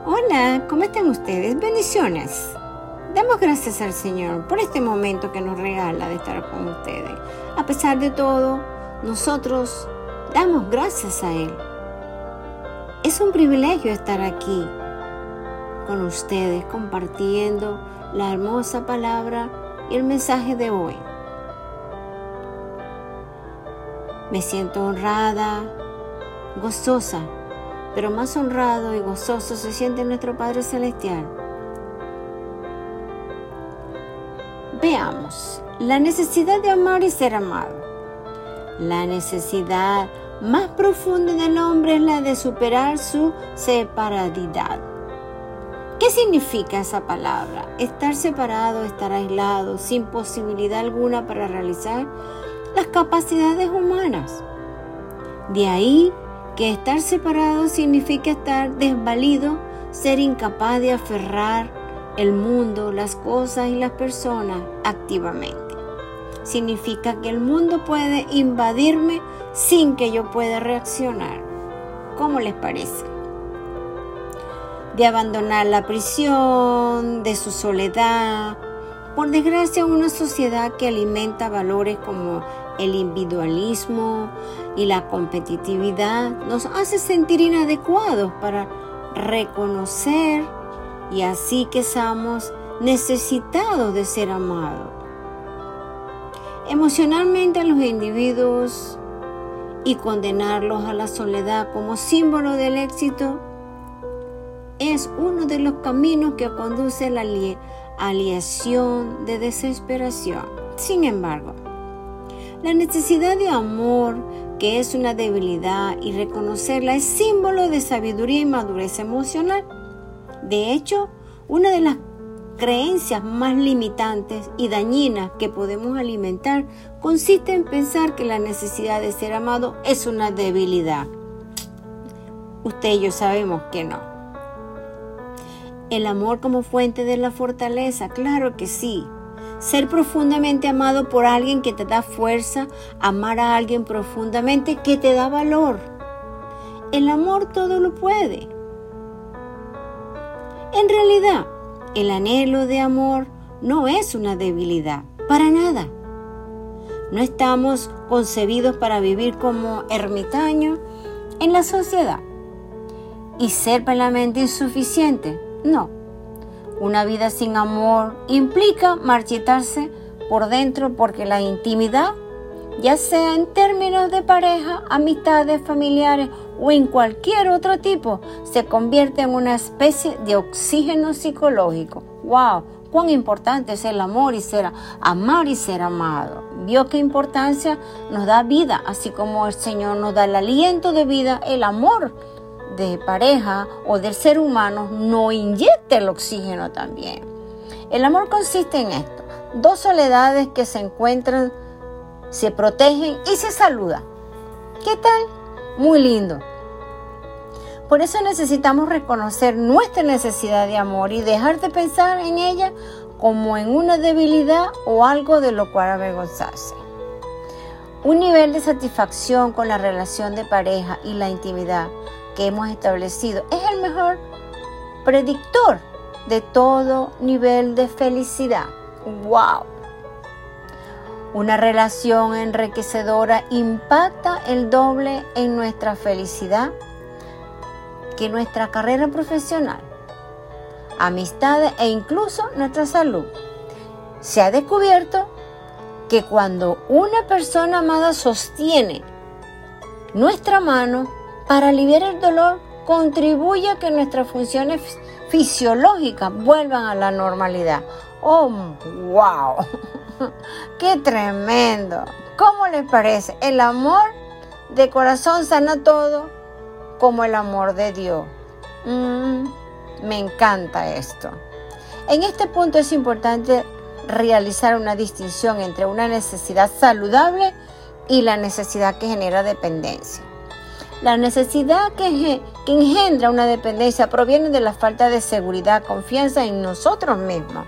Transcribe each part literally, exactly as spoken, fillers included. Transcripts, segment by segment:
Hola, ¿cómo están ustedes? Bendiciones. Damos gracias al Señor por este momento que nos regala de estar con ustedes. A pesar de todo, nosotros damos gracias a Él. Es un privilegio estar aquí con ustedes compartiendo la hermosa palabra y el mensaje de hoy. Me siento honrada, gozosa, pero más honrado y gozoso se siente nuestro Padre Celestial. Veamos, la necesidad de amar y ser amado. La necesidad más profunda del hombre es la de superar su separaridad. ¿Qué significa esa palabra? Estar separado, estar aislado, sin posibilidad alguna para realizar las capacidades humanas. De ahí que estar separado significa estar desvalido, ser incapaz de aferrar el mundo, las cosas y las personas activamente. Significa que el mundo puede invadirme sin que yo pueda reaccionar. ¿Cómo les parece? De abandonar la prisión, de su soledad. Por desgracia, una sociedad que alimenta valores como el individualismo y la competitividad nos hace sentir inadecuados para reconocer y así que somos necesitados de ser amados. Emocionalmente a los individuos y condenarlos a la soledad como símbolo del éxito es uno de los caminos que conduce a la aliación de desesperación. Sin embargo, la necesidad de amor, que es una debilidad, y reconocerla es símbolo de sabiduría y madurez emocional. De hecho, una de las creencias más limitantes y dañinas que podemos alimentar consiste en pensar que la necesidad de ser amado es una debilidad. Usted y yo sabemos que no. El amor como fuente de la fortaleza, claro que sí. Ser profundamente amado por alguien que te da fuerza, amar a alguien profundamente que te da valor. El amor todo lo puede. En realidad, el anhelo de amor no es una debilidad, para nada. No estamos concebidos para vivir como ermitaños en la sociedad y ser plenamente insuficientes. No. Una vida sin amor implica marchitarse por dentro porque la intimidad, ya sea en términos de pareja, amistades, familiares o en cualquier otro tipo, se convierte en una especie de oxígeno psicológico. ¡Wow! ¡Cuán importante es el amor y ser amar y ser amado! ¿Vio qué importancia nos da vida? Así como el Señor nos da el aliento de vida, el amor de pareja o del ser humano no inyecta el oxígeno también. El amor consiste en esto: dos soledades que se encuentran, se protegen y se saludan. ¿Qué tal? Muy lindo. Por eso necesitamos reconocer nuestra necesidad de amor y dejar de pensar en ella como en una debilidad o algo de lo cual avergonzarse. Un nivel de satisfacción con la relación de pareja y la intimidad que hemos establecido es el mejor predictor de todo nivel de felicidad. ¡Wow! Una relación enriquecedora impacta el doble en nuestra felicidad que nuestra carrera profesional, amistades e incluso nuestra salud. Se ha descubierto que cuando una persona amada sostiene nuestra mano para aliviar el dolor, contribuye a que nuestras funciones fisiológicas vuelvan a la normalidad. ¡Oh, wow! ¡Qué tremendo! ¿Cómo les parece? El amor de corazón sana todo como el amor de Dios. Mm, me encanta esto. En este punto es importante realizar una distinción entre una necesidad saludable y la necesidad que genera dependencia. La necesidad que, que engendra una dependencia proviene de la falta de seguridad, confianza en nosotros mismos.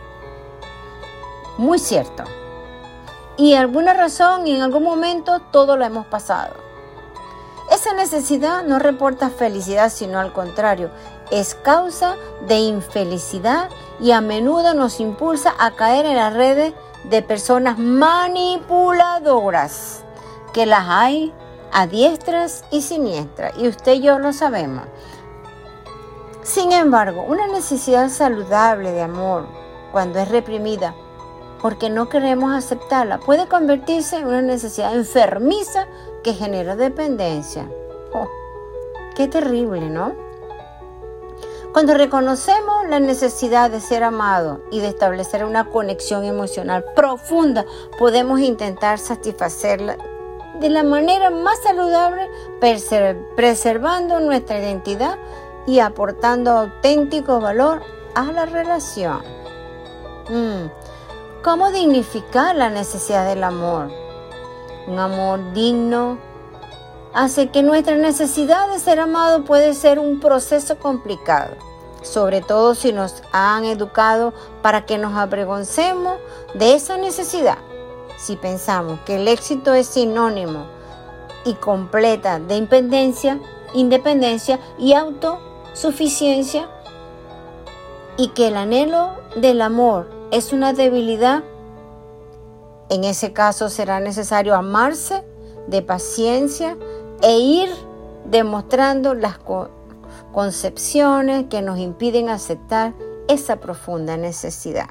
Muy cierto. Y alguna razón y en algún momento todo lo hemos pasado. Esa necesidad no reporta felicidad, sino al contrario, es causa de infelicidad y a menudo nos impulsa a caer en las redes de personas manipuladoras, que las hay a diestras y siniestras, y usted y yo lo sabemos. Sin embargo, una necesidad saludable de amor, cuando es reprimida porque no queremos aceptarla, puede convertirse en una necesidad enfermiza que genera dependencia. Oh, qué terrible, ¿no? Cuando reconocemos la necesidad de ser amado y de establecer una conexión emocional profunda, podemos intentar satisfacerla de la manera más saludable, preservando nuestra identidad y aportando auténtico valor a la relación. Mm. ¿Cómo dignificar la necesidad del amor? Un amor digno hace que nuestra necesidad de ser amado puede ser un proceso complicado, sobre todo si nos han educado para que nos avergoncemos de esa necesidad. Si pensamos que el éxito es sinónimo y completa de independencia, independencia y autosuficiencia, y que el anhelo del amor es una debilidad, en ese caso será necesario amarse de paciencia e ir demostrando las co- concepciones que nos impiden aceptar esa profunda necesidad.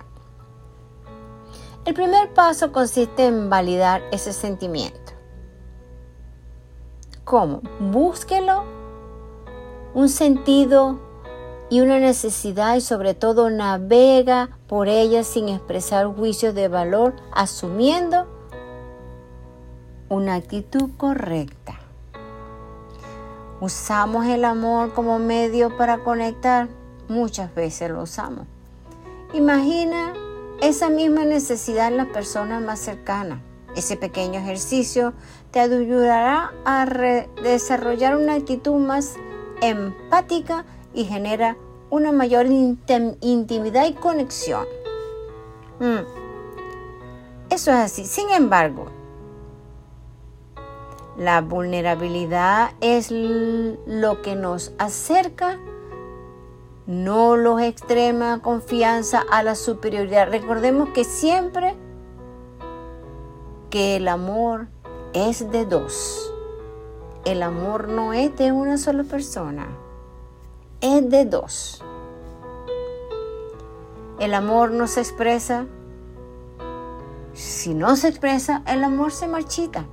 El primer paso consiste en validar ese sentimiento. ¿Cómo? Búsquelo, un sentido y una necesidad, y sobre todo navega por ella sin expresar juicios de valor, asumiendo una actitud correcta. ¿Usamos el amor como medio para conectar? Muchas veces lo usamos. Imagina esa misma necesidad en las personas más cercanas. Ese pequeño ejercicio te ayudará a re- desarrollar una actitud más empática y genera una mayor intim- intimidad y conexión. Mm. Eso es así. Sin embargo, la vulnerabilidad es l- lo que nos acerca, no los extrema confianza a la superioridad. Recordemos que siempre que el amor es de dos. El amor no es de una sola persona, es de dos. El amor no se expresa. Si no se expresa, el amor se marchita.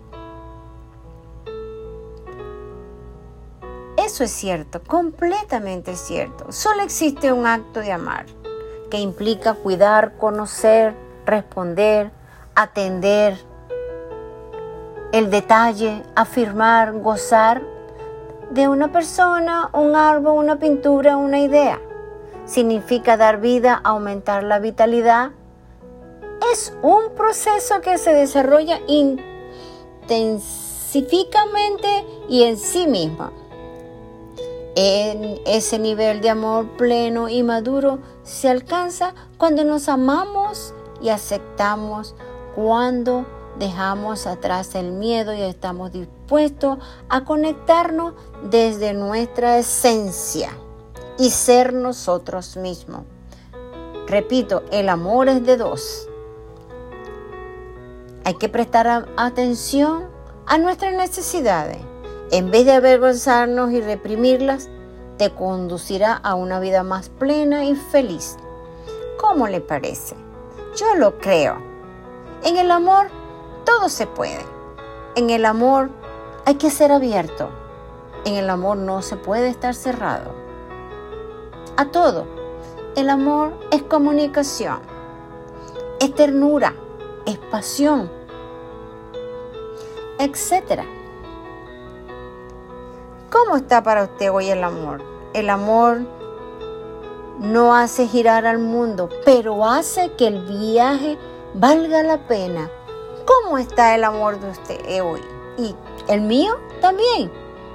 Eso es cierto, completamente cierto. Solo existe un acto de amar, que implica cuidar, conocer, responder, atender, el detalle, afirmar, gozar de una persona, un árbol, una pintura, una idea. Significa dar vida, aumentar la vitalidad. Es un proceso que se desarrolla intensivamente y en sí misma. En ese nivel de amor pleno y maduro se alcanza cuando nos amamos y aceptamos, cuando dejamos atrás el miedo y estamos dispuestos a conectarnos desde nuestra esencia y ser nosotros mismos. Repito, el amor es de dos. Hay que prestar atención a nuestras necesidades. En vez de avergonzarnos y reprimirlas, te conducirá a una vida más plena y feliz. ¿Cómo le parece? Yo lo creo. En el amor todo se puede. En el amor hay que ser abierto. En el amor no se puede estar cerrado a todo. El amor es comunicación, es ternura, es pasión, etcétera. ¿Cómo está para usted hoy el amor? El amor no hace girar al mundo, pero hace que el viaje valga la pena. ¿Cómo está el amor de usted hoy? Y el mío también.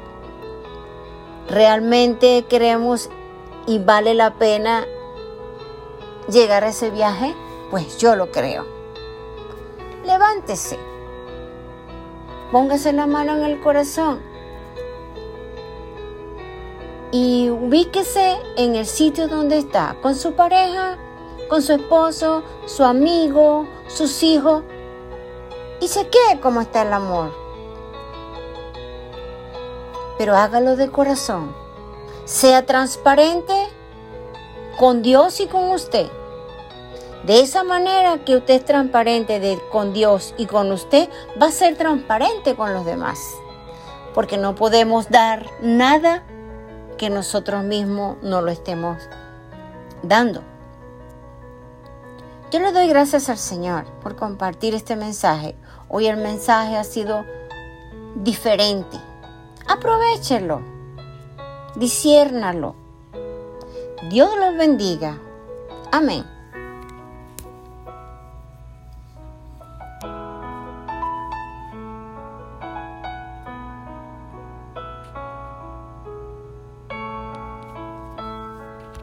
¿Realmente queremos y vale la pena llegar a ese viaje? Pues yo lo creo. Levántese. Póngase la mano en el corazón y ubíquese en el sitio donde está, con su pareja, con su esposo, su amigo, sus hijos, y se quede como está el amor. Pero hágalo de corazón. Sea transparente con Dios y con usted. De esa manera que usted es transparente de, con Dios y con usted, va a ser transparente con los demás. Porque no podemos dar nada que nosotros mismos no lo estemos dando. Yo le doy gracias al Señor por compartir este mensaje. Hoy el mensaje ha sido diferente. Aprovéchelo. Disciérnalo. Dios los bendiga. Amén.